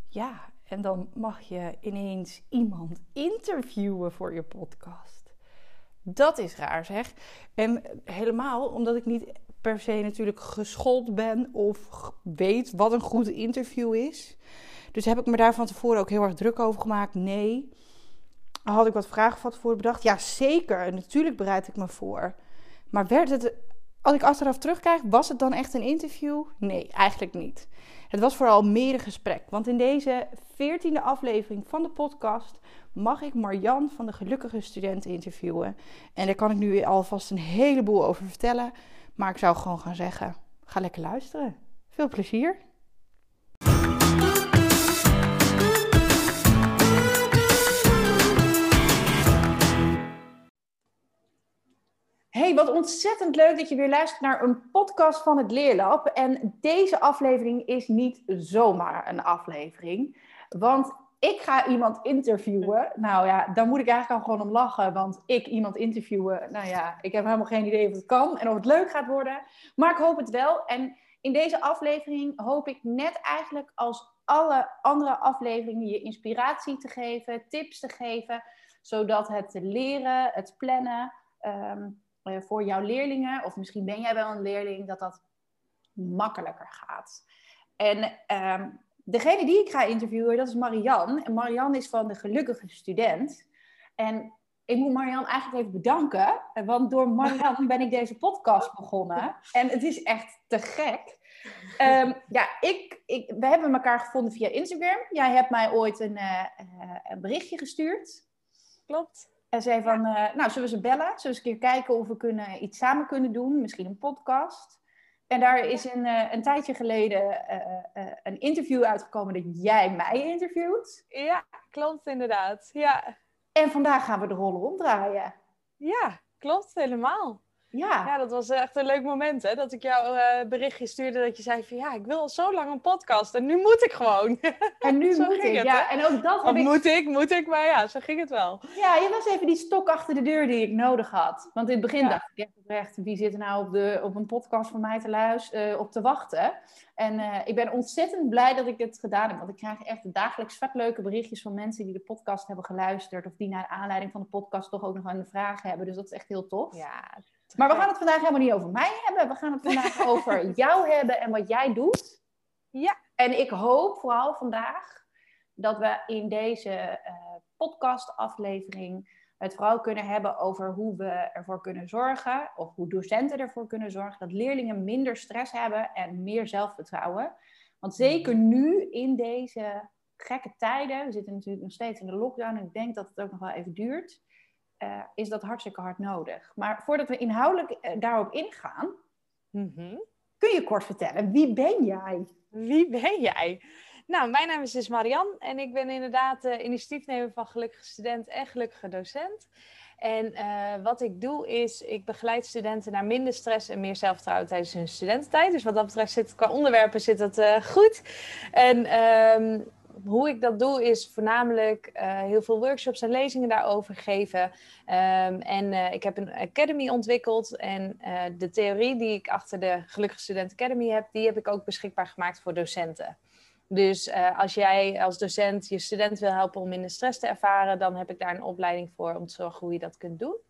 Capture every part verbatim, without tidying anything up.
Ja, en dan mag je ineens iemand interviewen voor je podcast. Dat is raar zeg. En helemaal omdat ik niet per se natuurlijk geschoold ben of weet wat een goed interview is. Dus heb ik me daar van tevoren ook heel erg druk over gemaakt. Nee. Had ik wat vragen van tevoren bedacht? Ja, zeker. Natuurlijk bereid ik me voor. Maar werd het, als ik achteraf terugkijk, was het dan echt een interview? Nee, eigenlijk niet. Het was vooral meer een gesprek. Want in deze veertiende aflevering van de podcast mag ik Marjan van de Gelukkige Student interviewen. En daar kan ik nu alvast een heleboel over vertellen. Maar ik zou gewoon gaan zeggen, ga lekker luisteren. Veel plezier. Hey, wat ontzettend leuk dat je weer luistert naar een podcast van het Leerlab. En deze aflevering is niet zomaar een aflevering. Want ik ga iemand interviewen. Nou ja, daar moet ik eigenlijk al gewoon om lachen. Want ik iemand interviewen, nou ja, ik heb helemaal geen idee of het kan en of het leuk gaat worden. Maar ik hoop het wel. En in deze aflevering hoop ik net eigenlijk als alle andere afleveringen je inspiratie te geven, tips te geven. Zodat het leren, het plannen... Um, voor jouw leerlingen, of misschien ben jij wel een leerling, dat dat makkelijker gaat. En um, degene die ik ga interviewen, dat is Marjan. En Marjan is van de Gelukkige Student. En ik moet Marjan eigenlijk even bedanken, want door Marjan ben ik deze podcast begonnen. En het is echt te gek. Um, ja, ik, ik, we hebben elkaar gevonden via Instagram. Jij hebt mij ooit een, uh, uh, een berichtje gestuurd. Klopt. En zei van, uh, nou, zullen we ze bellen? Zullen we eens een keer kijken of we kunnen, iets samen kunnen doen? Misschien een podcast. En daar is een, uh, een tijdje geleden uh, uh, een interview uitgekomen dat jij mij interviewt. Ja, klopt inderdaad. Ja. En vandaag gaan we de rollen omdraaien. Ja, klopt helemaal. Ja. Ja, dat was echt een leuk moment, hè? Dat ik jou uh, berichtje stuurde dat je zei van... Ja, ik wil al zo lang een podcast en nu moet ik gewoon. En nu zo moet ging ik, het, ja. Hè? En ook dat of heb ik... moet ik, moet ik, maar ja, zo ging het wel. Ja, je was even die stok achter de deur die ik nodig had. Want in het begin ja. dacht ik echt oprecht... Wie zit er nou op, de, op een podcast van mij te luisteren, uh, op te wachten? En uh, ik ben ontzettend blij dat ik dit gedaan heb. Want ik krijg echt dagelijks vet leuke berichtjes van mensen die de podcast hebben geluisterd. Of die naar aanleiding van de podcast toch ook nog een vraag hebben. Dus dat is echt heel tof. Ja, maar we gaan het vandaag helemaal niet over mij hebben. We gaan het vandaag over jou hebben en wat jij doet. Ja. En ik hoop vooral vandaag dat we in deze uh, podcastaflevering het vooral kunnen hebben over hoe we ervoor kunnen zorgen, of hoe docenten ervoor kunnen zorgen, dat leerlingen minder stress hebben en meer zelfvertrouwen. Want zeker nu in deze gekke tijden, we zitten natuurlijk nog steeds in de lockdown en ik denk dat het ook nog wel even duurt, uh, is dat hartstikke hard nodig. Maar voordat we inhoudelijk uh, daarop ingaan, mm-hmm. kun je kort vertellen, wie ben jij? Wie ben jij? Nou, mijn naam is dus Marjan en ik ben inderdaad uh, initiatiefnemer van Gelukkige Student en Gelukkige Docent. En uh, wat ik doe is, ik begeleid studenten naar minder stress en meer zelfvertrouwen tijdens hun studententijd. Dus wat dat betreft zit qua onderwerpen zit dat uh, goed. En um, hoe ik dat doe is voornamelijk uh, heel veel workshops en lezingen daarover geven. Um, en uh, ik heb een academy ontwikkeld en uh, de theorie die ik achter de Gelukkige Student Academy heb, die heb ik ook beschikbaar gemaakt voor docenten. Dus uh, als jij als docent je student wil helpen om minder stress te ervaren, dan heb ik daar een opleiding voor om te zorgen hoe je dat kunt doen.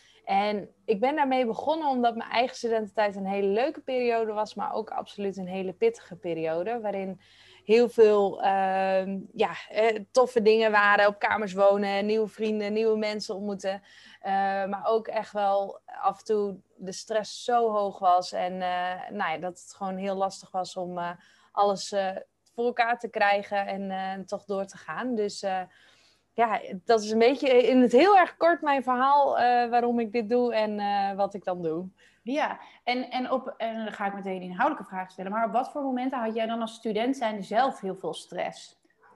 En ik ben daarmee begonnen omdat mijn eigen studententijd een hele leuke periode was, maar ook absoluut een hele pittige periode, waarin heel veel uh, ja, toffe dingen waren, op kamers wonen, nieuwe vrienden, nieuwe mensen ontmoeten. Uh, maar ook echt wel af en toe de stress zo hoog was en uh, nou ja, dat het gewoon heel lastig was om uh, alles uh, voor elkaar te krijgen en uh, toch door te gaan. Dus uh, ja, dat is een beetje in het heel erg kort mijn verhaal uh, waarom ik dit doe en uh, wat ik dan doe. Ja, en, en, op, en dan ga ik meteen inhoudelijke vragen stellen. Maar op wat voor momenten had jij dan als student zijnde zelf heel veel stress?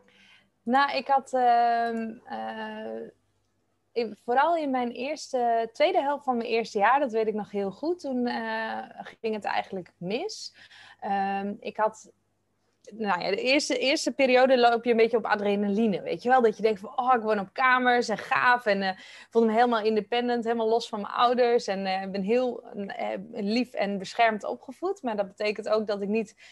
Nou, ik had uh, uh, in, vooral in mijn eerste, tweede helft van mijn eerste jaar, dat weet ik nog heel goed, toen uh, ging het eigenlijk mis. Uh, ik had... Nou ja, de eerste, eerste periode loop je een beetje op adrenaline, weet je wel? Dat je denkt van, oh, ik woon op kamers en gaaf. En uh, ik voelde me helemaal independent, helemaal los van mijn ouders. En ik uh, ben heel uh, lief en beschermd opgevoed. Maar dat betekent ook dat ik niet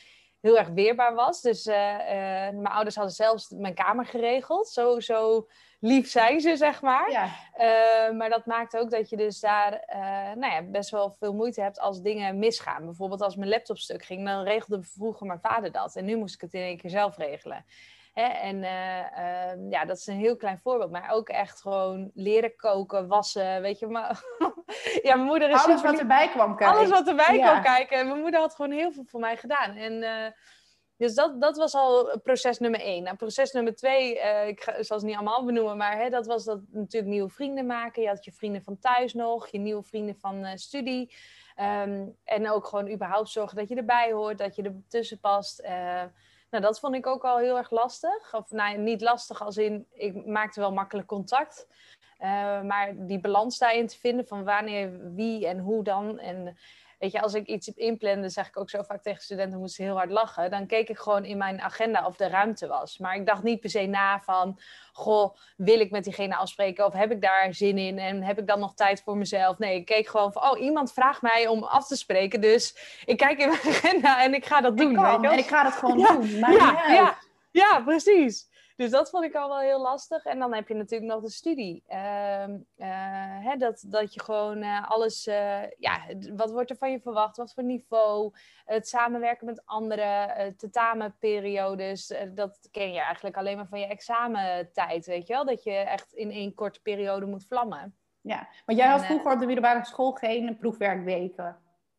heel erg weerbaar was. Dus uh, uh, mijn ouders hadden zelfs mijn kamer geregeld. Zo, zo lief zijn ze, zeg maar. Ja. Uh, maar dat maakt ook dat je dus daar uh, nou ja, best wel veel moeite hebt als dingen misgaan. Bijvoorbeeld als mijn laptop stuk ging, dan regelde vroeger mijn vader dat. En nu moest ik het in één keer zelf regelen. Hè? En uh, uh, ja, dat is een heel klein voorbeeld. Maar ook echt gewoon leren koken, wassen, weet je. Maar ja, mijn moeder is alles wat erbij kwam kijken. Alles wat erbij ja. kwam kijken. En mijn moeder had gewoon heel veel voor mij gedaan. En uh, dus dat, dat was al proces nummer één. Nou, proces nummer twee, uh, ik ga, zal ze niet allemaal benoemen, maar hè, dat was dat natuurlijk nieuwe vrienden maken. Je had je vrienden van thuis nog, je nieuwe vrienden van uh, studie. Um, en ook gewoon überhaupt zorgen dat je erbij hoort, dat je er tussen past. Uh, nou, dat vond ik ook al heel erg lastig. Of nou, niet lastig als in, ik maakte wel makkelijk contact. Uh, maar die balans daarin te vinden van wanneer, wie en hoe dan. En weet je, als ik iets inplande, zeg ik ook zo vaak tegen studenten, moesten ze heel hard lachen. Dan keek ik gewoon in mijn agenda of er ruimte was. Maar ik dacht niet per se na van, goh, wil ik met diegene afspreken? Of heb ik daar zin in? En heb ik dan nog tijd voor mezelf? Nee, ik keek gewoon van, oh, iemand vraagt mij om af te spreken. Dus ik kijk in mijn agenda en ik ga dat doen. Ik kan, weet je wel? En ik ga dat gewoon ja, doen. Maar ja, ja, ja, precies. Dus dat vond ik al wel heel lastig. En dan heb je natuurlijk nog de studie. Uh, uh, hè, dat, dat je gewoon uh, alles... Uh, ja, wat wordt er van je verwacht? Wat voor niveau? Het samenwerken met anderen. Uh, tentamenperiodes. Uh, dat ken je eigenlijk alleen maar van je examentijd. Weet je wel? Dat je echt in één korte periode moet vlammen. Ja, maar jij had en, vroeger op de middelbare school geen proefwerkweken.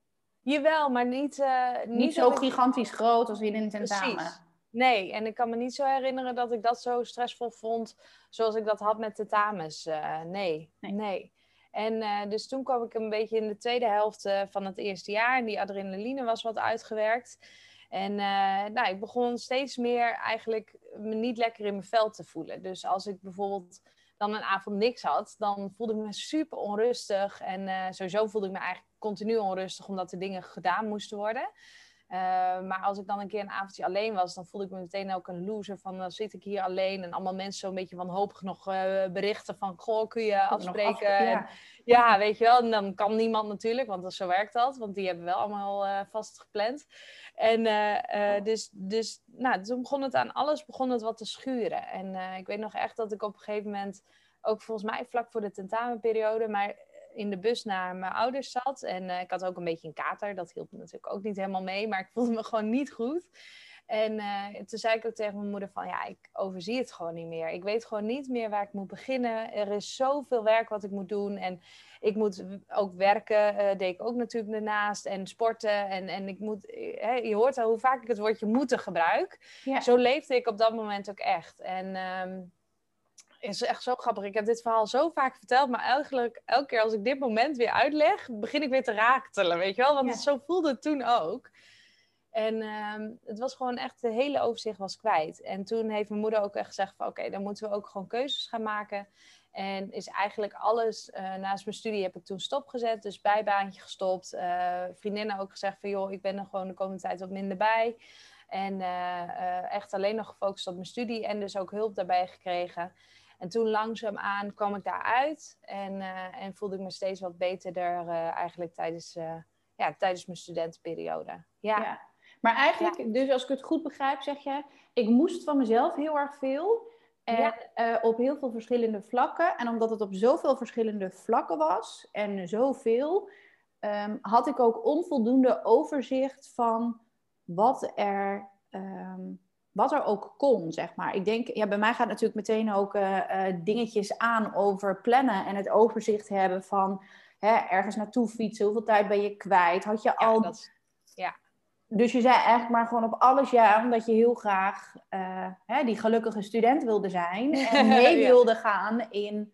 Jawel, maar niet... Uh, niet, niet zo ik... gigantisch groot als in een tentamen. Precies. Nee, en ik kan me niet zo herinneren dat ik dat zo stressvol vond zoals ik dat had met tentamens. Uh, nee, nee, nee. En uh, dus toen kwam ik een beetje in de tweede helft uh, van het eerste jaar. En die adrenaline was wat uitgewerkt. En uh, nou, ik begon steeds meer eigenlijk me niet lekker in mijn vel te voelen. Dus als ik bijvoorbeeld dan een avond niks had, dan voelde ik me super onrustig. En uh, sowieso voelde ik me eigenlijk continu onrustig omdat er dingen gedaan moesten worden. Uh, maar als ik dan een keer een avondje alleen was, dan voelde ik me meteen ook een loser van, dan zit ik hier alleen en allemaal mensen zo'n beetje wanhopig nog uh, berichten van, goh, kun je afspreken? Af, ja. En, ja, weet je wel, en dan kan niemand natuurlijk, want zo werkt dat, want die hebben wel allemaal uh, vast gepland. En uh, uh, dus, dus nou, toen begon het aan alles, begon het wat te schuren. En uh, ik weet nog echt dat ik op een gegeven moment, ook volgens mij vlak voor de tentamenperiode, maar in de bus naar mijn ouders zat. En uh, ik had ook een beetje een kater. Dat hielp natuurlijk ook niet helemaal mee. Maar ik voelde me gewoon niet goed. En uh, toen zei ik ook tegen mijn moeder van... ja, ik overzie het gewoon niet meer. Ik weet gewoon niet meer waar ik moet beginnen. Er is zoveel werk wat ik moet doen. En ik moet ook werken. Uh, deed ik ook natuurlijk daarnaast. En sporten. En, en ik moet... Hè, je hoort al hoe vaak ik het woordje moeten gebruik. Ja. Zo leefde ik op dat moment ook echt. En... Um, Het is echt zo grappig. Ik heb dit verhaal zo vaak verteld, maar eigenlijk elke keer als ik dit moment weer uitleg, begin ik weer te rakelen, weet je wel? Want ja. Zo voelde het toen ook. En um, het was gewoon echt, de hele overzicht was kwijt. En toen heeft mijn moeder ook echt gezegd van, oké, okay, dan moeten we ook gewoon keuzes gaan maken. En is eigenlijk alles, uh, naast mijn studie heb ik toen stopgezet, dus bijbaantje gestopt. Uh, vriendinnen ook gezegd van, joh, ik ben er gewoon de komende tijd wat minder bij. En uh, uh, echt alleen nog gefocust op mijn studie en dus ook hulp daarbij gekregen. En toen langzaamaan kwam ik daaruit en, uh, en voelde ik me steeds wat beter uh, eigenlijk tijdens, uh, ja, tijdens mijn studentenperiode. Ja. Ja. Maar eigenlijk, ja. Dus als ik het goed begrijp, zeg je, ik moest van mezelf heel erg veel. En ja. uh, op heel veel verschillende vlakken. En omdat het op zoveel verschillende vlakken was en zoveel, um, had ik ook onvoldoende overzicht van wat er... Um, Wat er ook kon, zeg maar. Ik denk, ja, bij mij gaat natuurlijk meteen ook uh, uh, dingetjes aan over plannen en het overzicht hebben van hè, ergens naartoe fietsen. Hoeveel tijd ben je kwijt? Had je ja, al... Dat, ja. Dus je zei eigenlijk maar gewoon op alles ja, omdat je heel graag uh, hè, die gelukkige student wilde zijn en mee ja. wilde gaan in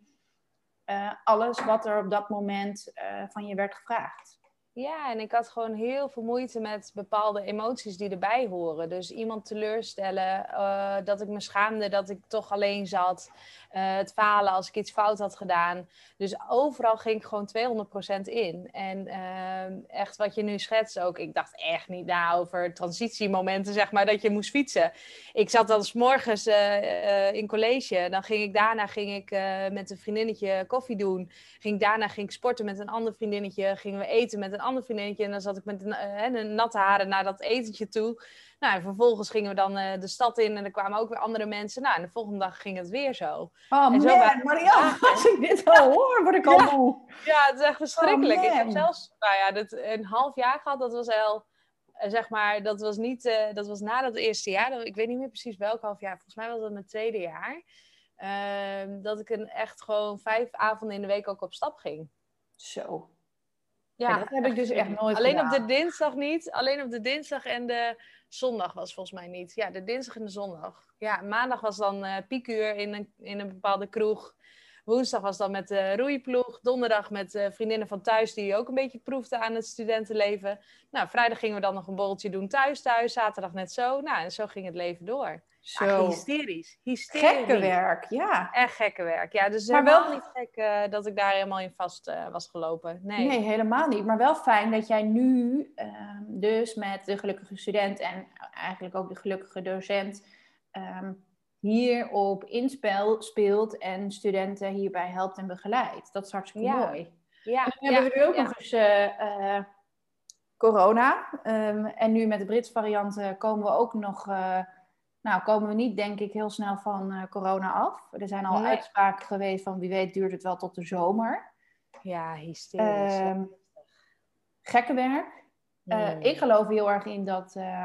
uh, alles wat er op dat moment uh, van je werd gevraagd. Ja, en ik had gewoon heel veel moeite met bepaalde emoties die erbij horen. Dus iemand teleurstellen, uh, dat ik me schaamde dat ik toch alleen zat. Uh, het falen als ik iets fout had gedaan. Dus overal ging ik gewoon tweehonderd procent in. En uh, echt wat je nu schetst ook. Ik dacht echt niet na over transitiemomenten, zeg maar, dat je moest fietsen. Ik zat dan 's morgens uh, uh, in college. Dan ging ik daarna ging ik, uh, met een vriendinnetje koffie doen. Ging, daarna ging ik sporten met een ander vriendinnetje. Gingen we eten met een een ander vriendinnetje en dan zat ik met de, uh, de natte haren naar dat etentje toe. Nou, en vervolgens gingen we dan uh, de stad in en er kwamen ook weer andere mensen. Nou, en de volgende dag ging het weer zo. Oh en zo man, waren... Marianne, als ik dit al hoor, word ik al ja. moe. Ja, het is echt verschrikkelijk. Oh, ik heb zelfs, nou ja, dat, een half jaar gehad, dat was al... Zeg maar, dat was niet, uh, dat was na dat eerste jaar. Dat, ik weet niet meer precies welk half jaar. Volgens mij was dat mijn tweede jaar. Uh, dat ik een echt gewoon vijf avonden in de week ook op stap ging. Zo. Ja, ja dat heb ik dus echt nooit Alleen gedaan. op de dinsdag niet. Alleen op de dinsdag en de zondag was volgens mij niet. Ja, de dinsdag en de zondag. Ja, maandag was dan uh, piekuur in een, in een bepaalde kroeg. Woensdag was dan met de roeiploeg. Donderdag met uh, vriendinnen van thuis die ook een beetje proefden aan het studentenleven. Nou, vrijdag gingen we dan nog een borreltje doen thuis thuis. Zaterdag net zo. Nou, en zo ging het leven door. Zo. Ja, hysterisch. Hysterisch. Gekke werk, ja. Echt gekke werk. Ja, dus maar helemaal wel niet gek uh, dat ik daar helemaal in vast uh, was gelopen. Nee. nee, helemaal niet. Maar wel fijn dat jij nu uh, dus met de gelukkige student en eigenlijk ook de gelukkige docent um, hierop inspel speelt en studenten hierbij helpt en begeleidt. Dat is hartstikke ja. mooi. Ja. En dan hebben ja. we nu ook ja. nog eens uh, uh, corona. Um, en nu met de Britse variant uh, komen we ook nog... Uh, Nou, komen we niet, denk ik, heel snel van uh, corona af. Er zijn al nee. uitspraken geweest van wie weet duurt het wel tot de zomer. Ja, hysterisch. Uh, ja. Gekke werk. Uh, mm. Ik geloof heel erg in dat uh,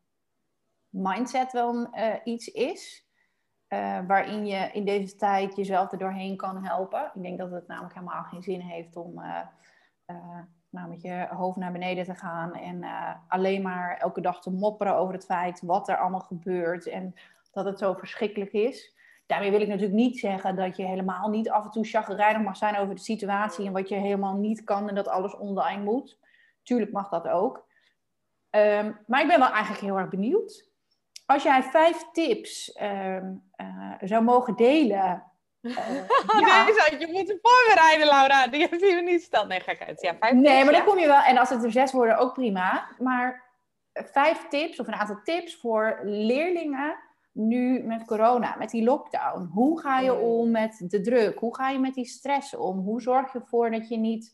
mindset wel uh, iets is. Uh, waarin je in deze tijd jezelf er doorheen kan helpen. Ik denk dat het namelijk helemaal geen zin heeft om... Uh, uh, Nou, met je hoofd naar beneden te gaan en uh, alleen maar elke dag te mopperen over het feit wat er allemaal gebeurt en dat het zo verschrikkelijk is. Daarmee wil ik natuurlijk niet zeggen dat je helemaal niet af en toe chagrijnig mag zijn over de situatie en wat je helemaal niet kan en dat alles online moet. Tuurlijk mag dat ook. Um, maar ik ben wel eigenlijk heel erg benieuwd. Als jij vijf tips um, uh, zou mogen delen... Uh, ja. Deze had je moeten voorbereiden, Laura. Die heeft hier niet gesteld. Nee, gekheid. Ja, vijf nee, tips, maar ja? dan kom je wel... En als het er zes worden, ook prima. Maar vijf tips of een aantal tips voor leerlingen nu met corona, met die lockdown. Hoe ga je om met de druk? Hoe ga je met die stress om? Hoe zorg je ervoor dat je niet...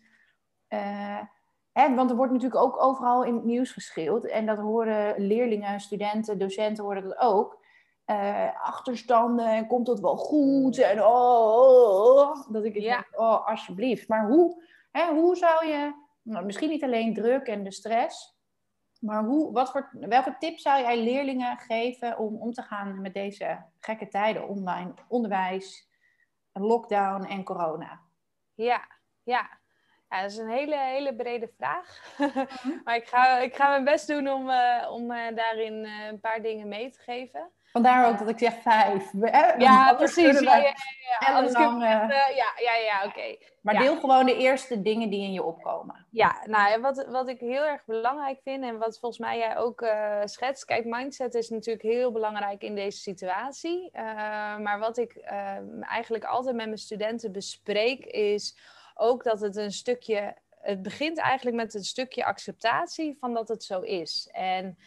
Uh, hè, want er wordt natuurlijk ook overal in het nieuws geschreeuwd. En dat horen leerlingen, studenten, docenten horen dat ook... Uh, achterstanden en komt het wel goed en oh, oh, oh dat ik het ja. denk, oh alsjeblieft. Maar hoe, hè, hoe zou je, nou, misschien niet alleen druk en de stress, maar hoe, wat voor, welke tips zou jij leerlingen geven om om te gaan met deze gekke tijden, online onderwijs, lockdown en corona? Ja, ja. Ja, dat is een hele, hele brede vraag. Maar ik ga, ik ga mijn best doen om, uh, om uh, daarin uh, een paar dingen mee te geven. Vandaar ook dat ik zeg vijf. Hè? Ja, precies. Ja, ja, ja, ja. Anders lang, uh... uh, ja, ja, ja, oké. Okay. Maar ja. deel gewoon de eerste dingen die in je opkomen. Ja, nou, wat, wat ik heel erg belangrijk vind en wat volgens mij jij ook uh, schetst. Kijk, mindset is natuurlijk heel belangrijk in deze situatie. Uh, maar wat ik uh, eigenlijk altijd met mijn studenten bespreek is ook dat het een stukje... Het begint eigenlijk met een stukje acceptatie van dat het zo is. En...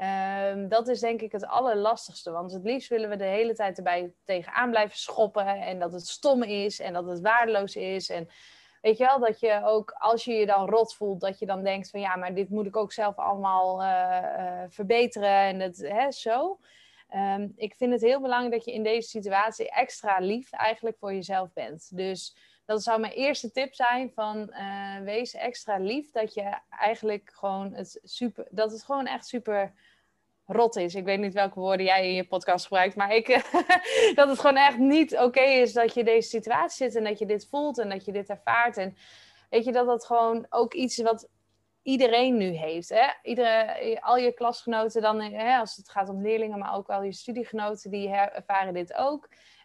Um, dat is denk ik het allerlastigste. Want het liefst willen we de hele tijd erbij tegenaan blijven schoppen. En dat het stom is. En dat het waardeloos is. En weet je wel, dat je ook als je je dan rot voelt. Dat je dan denkt van ja, maar dit moet ik ook zelf allemaal uh, uh, verbeteren. En dat, hè, zo. Um, ik vind het heel belangrijk dat je in deze situatie extra lief eigenlijk voor jezelf bent. Dus... Dat zou mijn eerste tip zijn van uh, wees extra lief. Dat je eigenlijk gewoon het super... Dat het gewoon echt super rot is. Ik weet niet welke woorden jij in je podcast gebruikt. Maar ik, dat het gewoon echt niet oké okay is dat je deze situatie zit. En dat je dit voelt en dat je dit ervaart. En weet je dat dat gewoon ook iets is wat iedereen nu heeft. Hè? Iedere, al je klasgenoten dan, hè, als het gaat om leerlingen. Maar ook al je studiegenoten die ervaren dit ook.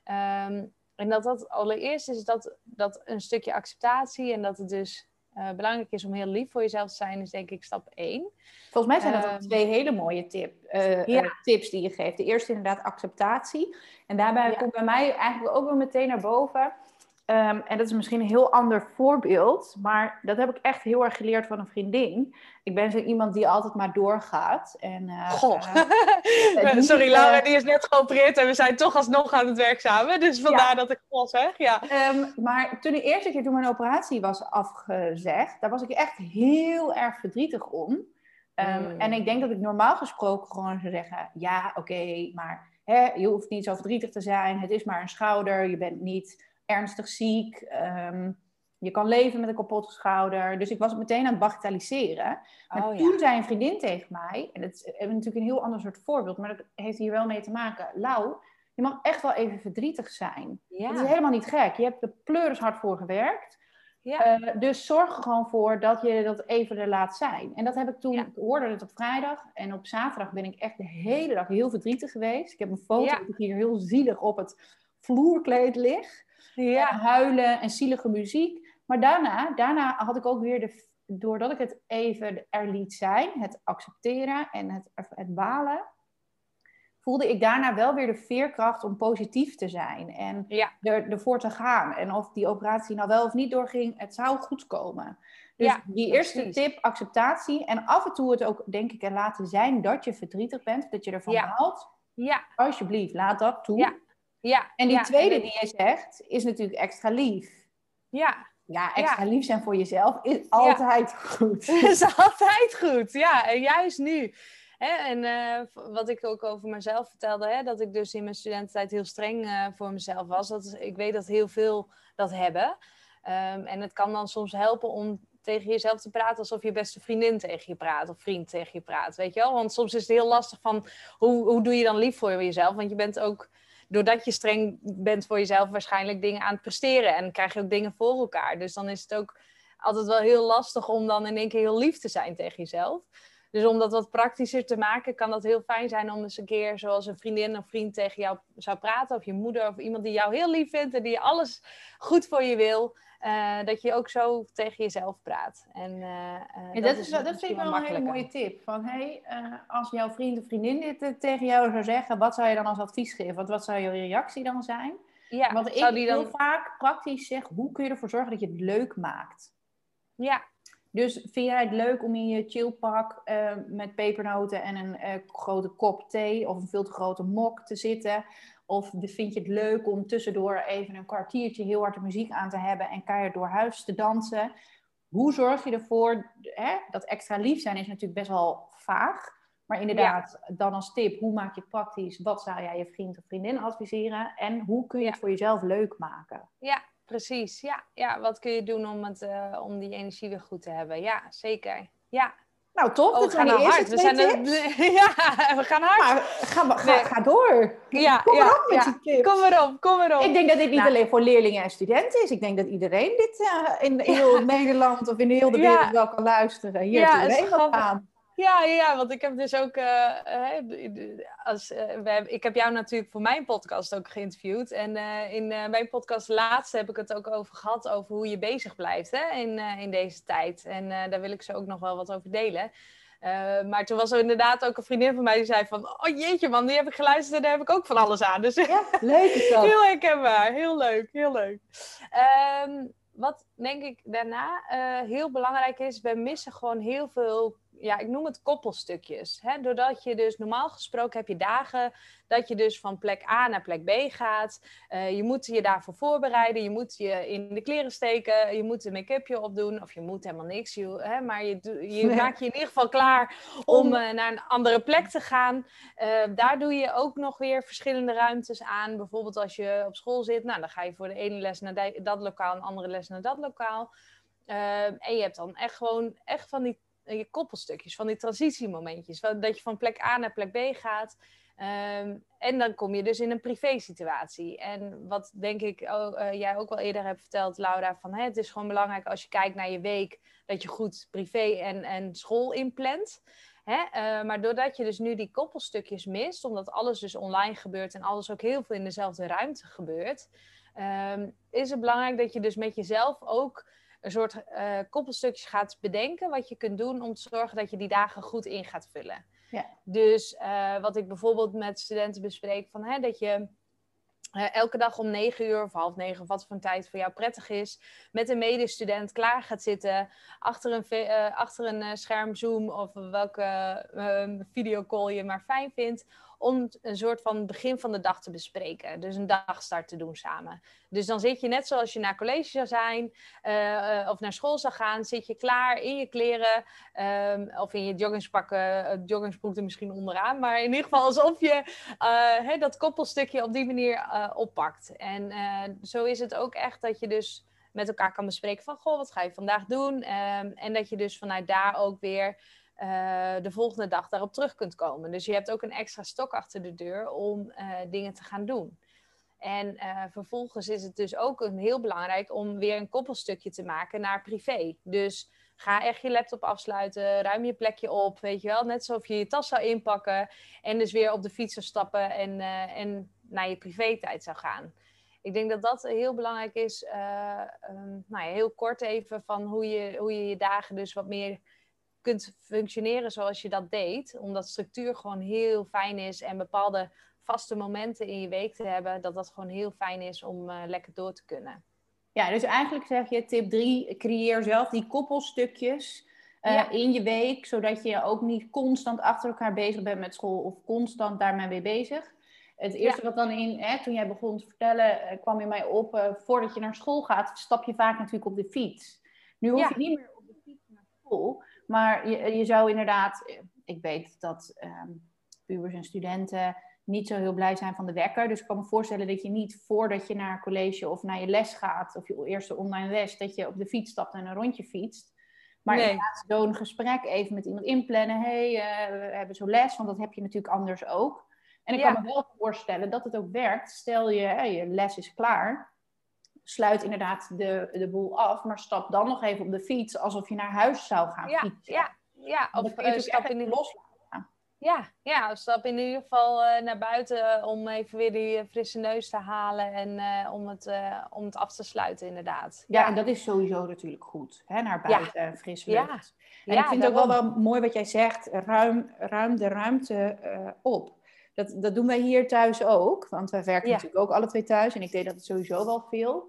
Um, En dat dat allereerst is dat, dat een stukje acceptatie en dat het dus uh, belangrijk is om heel lief voor jezelf te zijn, is denk ik stap één. Volgens mij zijn dat um, ook twee hele mooie tip, uh, ja. uh, tips die je geeft. De eerste inderdaad acceptatie. En daarbij ja. komt bij mij eigenlijk ook wel meteen naar boven Um, en dat is misschien een heel ander voorbeeld, maar dat heb ik echt heel erg geleerd van een vriendin. Ik ben zo iemand die altijd maar doorgaat. En, uh, Goh. Uh, Sorry, niet, Laura, uh, die is net geopereerd en we zijn toch alsnog aan het werk samen. Dus vandaar ja. dat ik goh zeg. Ja. Um, maar toen de eerste keer toen mijn operatie was afgezegd, daar was ik echt heel erg verdrietig om. Um, mm. En ik denk dat ik normaal gesproken gewoon zou zeggen, ja, oké, okay, maar hè, je hoeft niet zo verdrietig te zijn. Het is maar een schouder, je bent niet ernstig ziek. Um, je kan leven met een kapotte schouder. Dus ik was het meteen aan het bagatelliseren. Maar oh, toen ja. zei een vriendin tegen mij, en dat is natuurlijk een heel ander soort voorbeeld, maar dat heeft hier wel mee te maken. Lau, je mag echt wel even verdrietig zijn. Ja. Dat is helemaal niet gek. Je hebt er pleuris hard voor gewerkt. Ja. Uh, dus zorg er gewoon voor dat je dat even er laat zijn. En dat heb ik toen, ja. ik hoorde het op vrijdag. En op zaterdag ben ik echt de hele dag heel verdrietig geweest. Ik heb een foto ja. dat ik hier heel zielig op het vloerkleed lig. Ja. En huilen en zielige muziek. Maar daarna, daarna had ik ook weer de... Doordat ik het even er liet zijn, het accepteren en het, het balen, voelde ik daarna wel weer de veerkracht om positief te zijn. En ja. er, ervoor te gaan. En of die operatie nou wel of niet doorging, het zou goed komen. Dus ja, die eerste precies. tip, acceptatie. En af en toe het ook, denk ik, er laten zijn dat je verdrietig bent. Dat je ervan ja. baalt. Ja. Alsjeblieft, laat dat toe. Ja. Ja. En die ja. tweede en die je zegt, is natuurlijk extra lief. Ja. Ja, extra ja. lief zijn voor jezelf is altijd ja. goed. is altijd goed, ja. En juist nu. Hè? En uh, wat ik ook over mezelf vertelde, hè? Dat ik dus in mijn studententijd heel streng uh, voor mezelf was. Dat is, ik weet dat heel veel dat hebben. Um, en het kan dan soms helpen om tegen jezelf te praten alsof je beste vriendin tegen je praat. Of vriend tegen je praat, weet je wel. Want soms is het heel lastig van, hoe, hoe doe je dan lief voor jezelf? Want je bent ook... Doordat je streng bent voor jezelf waarschijnlijk dingen aan het presteren. En krijg je ook dingen voor elkaar. Dus dan is het ook altijd wel heel lastig om dan in één keer heel lief te zijn tegen jezelf. Dus om dat wat praktischer te maken, kan dat heel fijn zijn om eens een keer zoals een vriendin of vriend tegen jou zou praten. Of je moeder of iemand die jou heel lief vindt en die alles goed voor je wil. Uh, dat je ook zo tegen jezelf praat. En, uh, uh, ja, dat, dat, is, dat vind ik wel een hele mooie tip. Van, hey, uh, als jouw vriend of vriendin dit uh, tegen jou zou zeggen, wat zou je dan als advies geven? Want wat zou je reactie dan zijn? Ja, Want ik heel dan... vaak praktisch zeg, hoe kun je ervoor zorgen dat je het leuk maakt? Ja. Dus vind jij het leuk om in je chillpak uh, met pepernoten en een uh, grote kop thee of een veel te grote mok te zitten? Of vind je het leuk om tussendoor even een kwartiertje heel hard de muziek aan te hebben en keihard door huis te dansen? Hoe zorg je ervoor, hè, dat extra lief zijn is natuurlijk best wel vaag. Maar inderdaad, ja. dan als tip, hoe maak je het praktisch? Wat zou jij je vriend of vriendin adviseren? En hoe kun je ja. het voor jezelf leuk maken? Ja, precies. Ja, ja. Wat kun je doen om, het, uh, om die energie weer goed te hebben? Ja, zeker. Ja. Nou, toch? Oh, we gaan nou hard. We zijn de... Ja, we gaan hard. Maar ga, ga, nee. ga door. Ja, kom ja, maar op met ja. die tips. Kom maar op, kom maar op. Ik denk dat dit niet nou. alleen voor leerlingen en studenten is. Ik denk dat iedereen dit uh, in heel ja. Nederland of in heel de wereld ja. wel kan luisteren. Hier ja, te wat aan. Ja, ja, want ik heb dus ook, uh, als, uh, we hebben, ik heb jou natuurlijk voor mijn podcast ook geïnterviewd. En uh, in uh, mijn podcast laatste heb ik het ook over gehad, over hoe je bezig blijft hè, in, uh, in deze tijd. En uh, daar wil ik ze ook nog wel wat over delen. Uh, maar toen was er inderdaad ook een vriendin van mij die zei van, oh jeetje man, die heb ik geluisterd en daar heb ik ook van alles aan. Dus ja, leuk is dat. Heel herkenbaar, heel leuk, heel leuk. Um, wat denk ik daarna uh, heel belangrijk is, we missen gewoon heel veel, ja, ik noem het koppelstukjes. Hè? Doordat je dus, normaal gesproken heb je dagen dat je dus van plek A naar plek B gaat. Uh, je moet je daarvoor voorbereiden, je moet je in de kleren steken, je moet een make-upje opdoen, of je moet helemaal niks, je, hè? Maar je, je nee. maakt je in ieder geval klaar om uh, naar een andere plek te gaan. Uh, daar doe je ook nog weer verschillende ruimtes aan. Bijvoorbeeld als je op school zit, nou, dan ga je voor de ene les naar de, dat lokaal, een andere les naar dat lokaal. Uh, en je hebt dan echt gewoon echt van die je koppelstukjes, van die transitiemomentjes. Dat je van plek A naar plek B gaat. Um, en dan kom je dus in een privé situatie. En wat denk ik oh, uh, jij ook wel eerder hebt verteld, Laura, van hè, het is gewoon belangrijk als je kijkt naar je week, dat je goed privé en, en school inplant. Hè? Uh, maar doordat je dus nu die koppelstukjes mist, omdat alles dus online gebeurt en alles ook heel veel in dezelfde ruimte gebeurt, um, is het belangrijk dat je dus met jezelf ook een soort uh, koppelstukjes gaat bedenken wat je kunt doen om te zorgen dat je die dagen goed in gaat vullen. Ja. Dus uh, wat ik bijvoorbeeld met studenten bespreek, van, hè, dat je Uh, elke dag om negen uur of half negen, of wat voor een tijd voor jou prettig is, met een medestudent klaar gaat zitten, achter een, uh, achter een uh, scherm Zoom of welke uh, videocall je maar fijn vindt, om een soort van begin van de dag te bespreken. Dus een dagstart te doen samen. Dus dan zit je net zoals je naar college zou zijn, uh, uh, of naar school zou gaan, zit je klaar in je kleren, um, of in je joggingspakken, uh, joggingsbroek er misschien onderaan, maar in ieder geval alsof je uh, he, dat koppelstukje op die manier uh, oppakt. En uh, zo is het ook echt dat je dus met elkaar kan bespreken van, goh, wat ga je vandaag doen? Um, en dat je dus vanuit daar ook weer Uh, de volgende dag daarop terug kunt komen. Dus je hebt ook een extra stok achter de deur om uh, dingen te gaan doen. En uh, vervolgens is het dus ook een heel belangrijk om weer een koppelstukje te maken naar privé. Dus ga echt je laptop afsluiten, ruim je plekje op, weet je wel. Net alsof je je tas zou inpakken en dus weer op de fiets zou stappen en, uh, en naar je privé-tijd zou gaan. Ik denk dat dat heel belangrijk is. Uh, um, nou ja, heel kort even van hoe je, hoe je je dagen dus wat meer kunt functioneren zoals je dat deed. Omdat structuur gewoon heel fijn is en bepaalde vaste momenten in je week te hebben, dat dat gewoon heel fijn is om uh, lekker door te kunnen. Ja, dus eigenlijk zeg je tip drie, creëer zelf die koppelstukjes uh, ja. in je week, zodat je ook niet constant achter elkaar bezig bent met school of constant daarmee mee bezig. Het eerste ja. wat dan in, hè, toen jij begon te vertellen, uh, kwam in mij op, uh, voordat je naar school gaat, stap je vaak natuurlijk op de fiets. Nu hoef ja. je niet meer op de fiets naar school, maar je, je zou inderdaad, ik weet dat um, pubers en studenten niet zo heel blij zijn van de wekker. Dus ik kan me voorstellen dat je niet voordat je naar college of naar je les gaat, of je eerste online les, dat je op de fiets stapt en een rondje fietst. Maar nee. inderdaad zo'n gesprek even met iemand inplannen. Hé, hey, uh, we hebben zo'n les, want dat heb je natuurlijk anders ook. En ik ja. kan me wel voorstellen dat het ook werkt. Stel je, hè, je les is klaar. Sluit inderdaad de, de boel af, maar stap dan nog even op de fiets alsof je naar huis zou gaan ja, fietsen. Ja, ja. Of kun je uh, stap in de loslaten. Ja, ja, stap in ieder geval uh, naar buiten om even weer die uh, frisse neus te halen en uh, om, het, uh, om het af te sluiten inderdaad. Ja, ja, en dat is sowieso natuurlijk goed, hè? Naar buiten, ja. fris lucht. Ja. En ja, ik vind het ook wel, wel mooi wat jij zegt, ruim, ruim de ruimte uh, op. Dat, dat doen wij hier thuis ook, want wij werken ja. natuurlijk ook alle twee thuis en ik deed dat sowieso wel veel.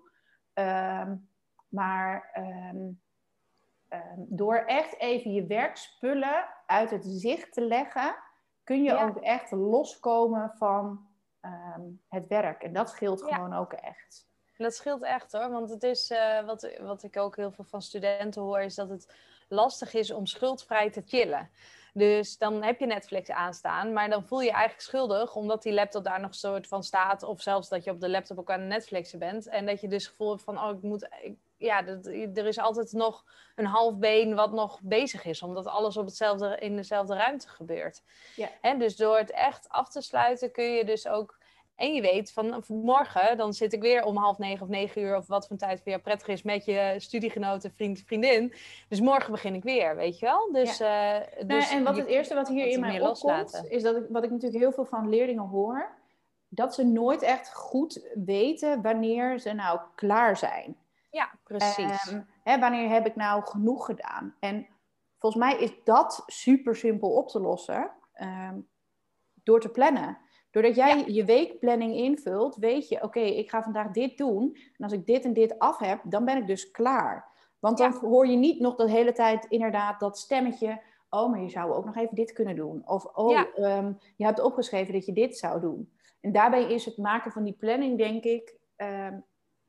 Um, maar um, um, door echt even je werkspullen uit het zicht te leggen, kun je ja. ook echt loskomen van um, het werk. En dat scheelt ja. gewoon ook echt. Dat scheelt echt hoor, want het is, uh, wat, wat ik ook heel veel van studenten hoor, is dat het lastig is om schuldvrij te chillen. Dus dan heb je Netflix aanstaan, maar dan voel je je eigenlijk schuldig, omdat die laptop daar nog soort van staat, of zelfs dat je op de laptop ook aan het Netflixen bent. En dat je dus het gevoel hebt van, oh, ik moet, ik, ja, dat, er is altijd nog een half been wat nog bezig is, omdat alles op hetzelfde, in dezelfde ruimte gebeurt. Ja. En dus door het echt af te sluiten kun je dus ook, en je weet van morgen, dan zit ik weer om half negen of negen uur, of wat voor tijd voor jou prettig is, met je studiegenoten, vriend, vriendin. Dus morgen begin ik weer, weet je wel? Dus, ja. uh, dus nou, en wat het eerste wat hier in mij opkomt, is dat ik, wat ik natuurlijk heel veel van leerlingen hoor, dat ze nooit echt goed weten wanneer ze nou klaar zijn. Ja, precies. Um, hè, wanneer heb ik nou genoeg gedaan? En volgens mij is dat super simpel op te lossen um, door te plannen. Doordat jij ja. je weekplanning invult, weet je, oké, okay, ik ga vandaag dit doen. En als ik dit en dit af heb, dan ben ik dus klaar. Want dan ja. hoor je niet nog de hele tijd inderdaad dat stemmetje, oh, maar je zou ook nog even dit kunnen doen. Of, oh, ja. um, je hebt opgeschreven dat je dit zou doen. En daarbij is het maken van die planning, denk ik, um,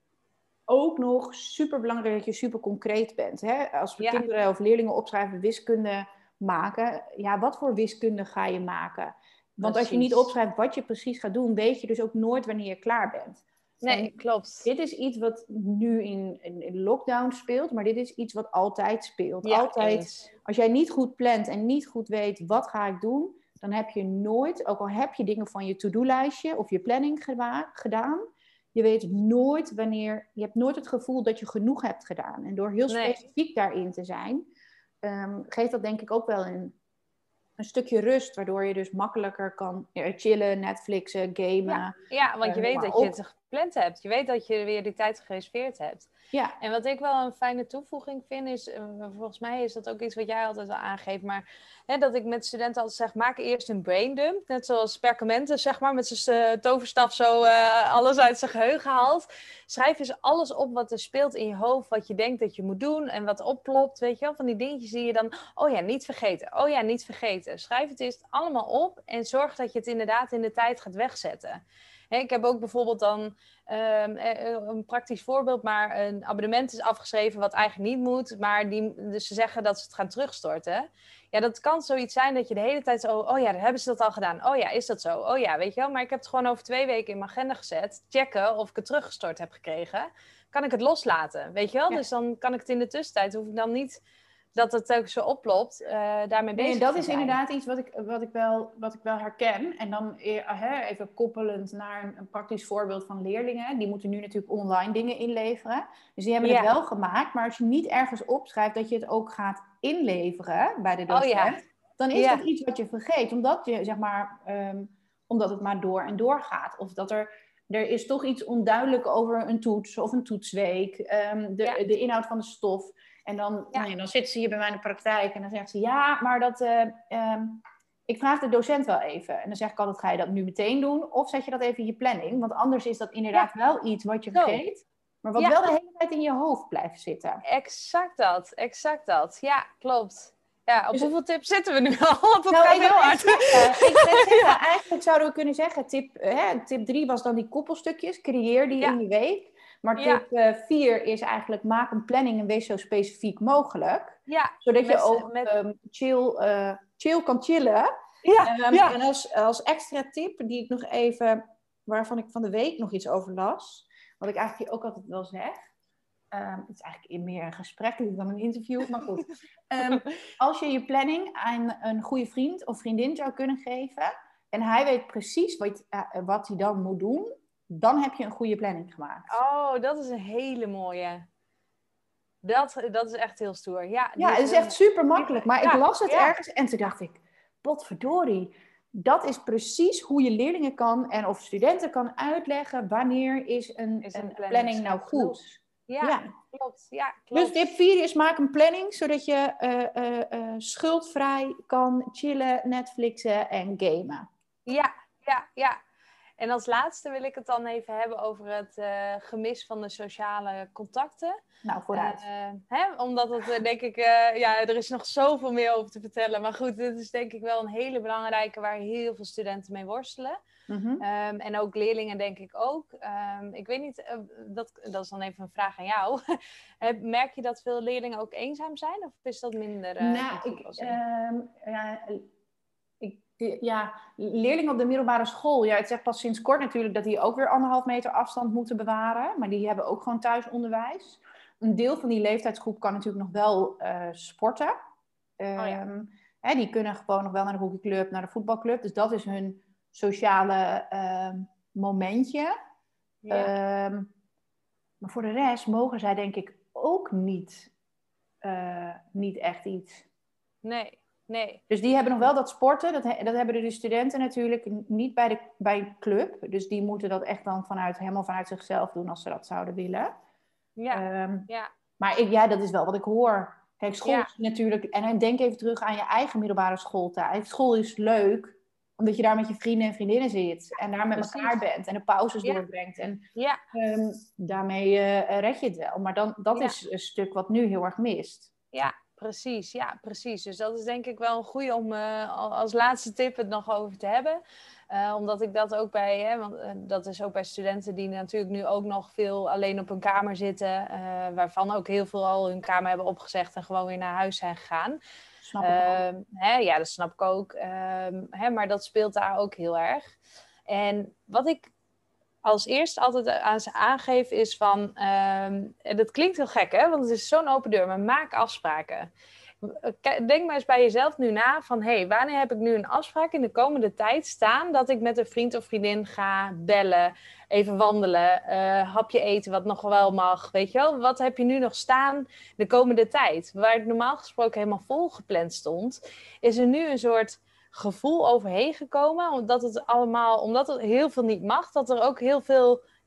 ook nog super belangrijk dat je super concreet bent. Hè? Als we ja. kinderen of leerlingen opschrijven wiskunde maken, ja, wat voor wiskunde ga je maken? Want precies. als je niet opschrijft wat je precies gaat doen, weet je dus ook nooit wanneer je klaar bent. Nee, en klopt. Dit is iets wat nu in, in, in lockdown speelt, maar dit is iets wat altijd speelt. Ja, altijd, eens. Als jij niet goed plant en niet goed weet wat ga ik doen, dan heb je nooit, ook al heb je dingen van je to-do-lijstje of je planning geda- gedaan, je weet nooit wanneer, je hebt nooit het gevoel dat je genoeg hebt gedaan. En door heel specifiek nee. daarin te zijn, um, geeft dat denk ik ook wel een Een stukje rust, waardoor je dus makkelijker kan chillen, Netflixen, gamen. Ja, ja want je uh, weet dat je het gepland hebt. Je weet dat je weer die tijd gereserveerd hebt. Ja. En wat ik wel een fijne toevoeging vind is, uh, volgens mij is dat ook iets wat jij altijd al aangeeft, maar hè, dat ik met studenten altijd zeg, maak eerst een brain dump. Net zoals Perkamentus, zeg maar, met zijn uh, toverstaf zo uh, alles uit zijn geheugen haalt. Schrijf eens alles op wat er speelt in je hoofd, wat je denkt dat je moet doen en wat oplopt, weet je wel. Van die dingetjes zie je dan, oh ja, niet vergeten. Oh ja, niet vergeten. Schrijf het eerst allemaal op en zorg dat je het inderdaad in de tijd gaat wegzetten. He, ik heb ook bijvoorbeeld dan um, een praktisch voorbeeld, maar een abonnement is afgeschreven wat eigenlijk niet moet, maar die, dus ze zeggen dat ze het gaan terugstorten. Ja, dat kan zoiets zijn dat je de hele tijd zo, oh ja, hebben ze dat al gedaan? Oh ja, is dat zo? Oh ja, weet je wel, maar ik heb het gewoon over twee weken in mijn agenda gezet, checken of ik het teruggestort heb gekregen. Kan ik het loslaten, weet je wel? Ja. Dus dan kan ik het in de tussentijd, hoef ik dan niet dat het ook zo oplopt, uh, daarmee bezig nee, dat te is zijn. inderdaad iets wat ik, wat, ik wel, wat ik wel herken. En dan uh, even koppelend naar een, een praktisch voorbeeld van leerlingen. Die moeten nu natuurlijk online dingen inleveren. Dus die hebben ja. het wel gemaakt. Maar als je niet ergens opschrijft dat je het ook gaat inleveren bij de docent, oh, ja. dan is ja. dat iets wat je vergeet. Omdat, je, zeg maar, um, omdat het maar door en door gaat. Of dat er... Er is toch iets onduidelijk over een toets of een toetsweek. Um, de, ja. de inhoud van de stof. En dan, ja. nou ja, dan zitten ze hier bij mij in de praktijk en dan zegt ze... Ja, maar dat, uh, um, ik vraag de docent wel even. En dan zeg ik altijd, ga je dat nu meteen doen? Of zet je dat even in je planning? Want anders is dat inderdaad ja. wel iets wat je vergeet. Maar wat ja. wel de hele tijd in je hoofd blijft zitten. Exact dat, exact dat. Ja, klopt. Ja, op dus, hoeveel tips zitten we nu al? Dat nou, gaat ik heel hard. Zeggen, ik zeggen, ja. Eigenlijk zouden we kunnen zeggen... Tip, hè, tip drie was dan die koppelstukjes. Creëer die ja. in je week. Maar tip ja. uh, vier is eigenlijk... maak een planning en wees zo specifiek mogelijk. Ja, zodat met, je ook met... um, chill, uh, chill kan chillen. Ja, um, ja. En als, als extra tip, die ik nog even... waarvan ik van de week nog iets over las... wat ik eigenlijk ook altijd wel zeg... Um, het is eigenlijk meer een gesprek dan een interview, maar goed. Um, als je je planning aan een goede vriend of vriendin zou kunnen geven... en hij weet precies wat, uh, wat hij dan moet doen... dan heb je een goede planning gemaakt. Oh, dat is een hele mooie. Dat, dat is echt heel stoer. Ja, ja het is echt super makkelijk. Maar ja, ik las het ja. ergens en toen dacht ik... potverdorie, dat is precies hoe je leerlingen kan... en of studenten kan uitleggen... wanneer is een, is een, een planning, planning nou goed. Ja, ja, klopt. Ja, Dus klopt. tip vier is maak een planning... zodat je uh, uh, uh, schuldvrij kan chillen, Netflixen en gamen. Ja, ja, ja. En als laatste wil ik het dan even hebben over het uh, gemis van de sociale contacten. Nou, vooruit. Uh, hè? Omdat het uh, denk ik, uh, ja, er is nog zoveel meer over te vertellen. Maar goed, dit is denk ik wel een hele belangrijke waar heel veel studenten mee worstelen. Mm-hmm. Um, en ook leerlingen denk ik ook. Um, ik weet niet, uh, dat, dat is dan even een vraag aan jou. Merk je dat veel leerlingen ook eenzaam zijn? Of is dat minder? Uh, nou, ik... Um, ja, ik Ja, leerlingen op de middelbare school. Ja, het zegt pas sinds kort natuurlijk dat die ook weer anderhalf meter afstand moeten bewaren. Maar die hebben ook gewoon thuisonderwijs. Een deel van die leeftijdsgroep kan natuurlijk nog wel uh, sporten. Um, oh ja. hè, die kunnen gewoon nog wel naar de hockeyclub, naar de voetbalclub. Dus dat is hun sociale uh, momentje. Ja. Um, maar voor de rest mogen zij denk ik ook niet, uh, niet echt iets. Nee. Nee. Dus die hebben nog wel dat sporten. Dat, he, dat hebben de studenten natuurlijk niet bij, de, bij een club. Dus die moeten dat echt dan vanuit, helemaal vanuit zichzelf doen als ze dat zouden willen. Ja. Um, ja. Maar ik, ja, dat is wel wat ik hoor. Kijk, school ja. is natuurlijk... En denk even terug aan je eigen middelbare schooltijd. School is leuk, omdat je daar met je vrienden en vriendinnen zit. En daar met Precies. elkaar bent. En de pauzes ja. doorbrengt. En ja. um, daarmee uh, red je het wel. Maar dan, dat ja. is een stuk wat nu heel erg mist. Ja. Precies, ja, precies. Dus dat is denk ik wel een goede om uh, als laatste tip het nog over te hebben. Uh, omdat ik dat ook bij, hè, want uh, dat is ook bij studenten die natuurlijk nu ook nog veel alleen op hun kamer zitten. Uh, waarvan ook heel veel al hun kamer hebben opgezegd en gewoon weer naar huis zijn gegaan. Snap ik uh, hè, ja, dat snap ik ook. Uh, hè, maar dat speelt daar ook heel erg. En wat ik als eerste altijd aan ze aangeef is van... Um, en dat klinkt heel gek, hè? Want het is zo'n open deur. Maar maak afspraken. Denk maar eens bij jezelf nu na van... hé, hey, wanneer heb ik nu een afspraak in de komende tijd staan... dat ik met een vriend of vriendin ga bellen... even wandelen, uh, hapje eten wat nog wel mag. Weet je wel? Wat heb je nu nog staan de komende tijd? Waar het normaal gesproken helemaal vol gepland stond... is er nu een soort... gevoel overheen gekomen, omdat het allemaal, omdat het heel veel niet mag, dat er ook heel veel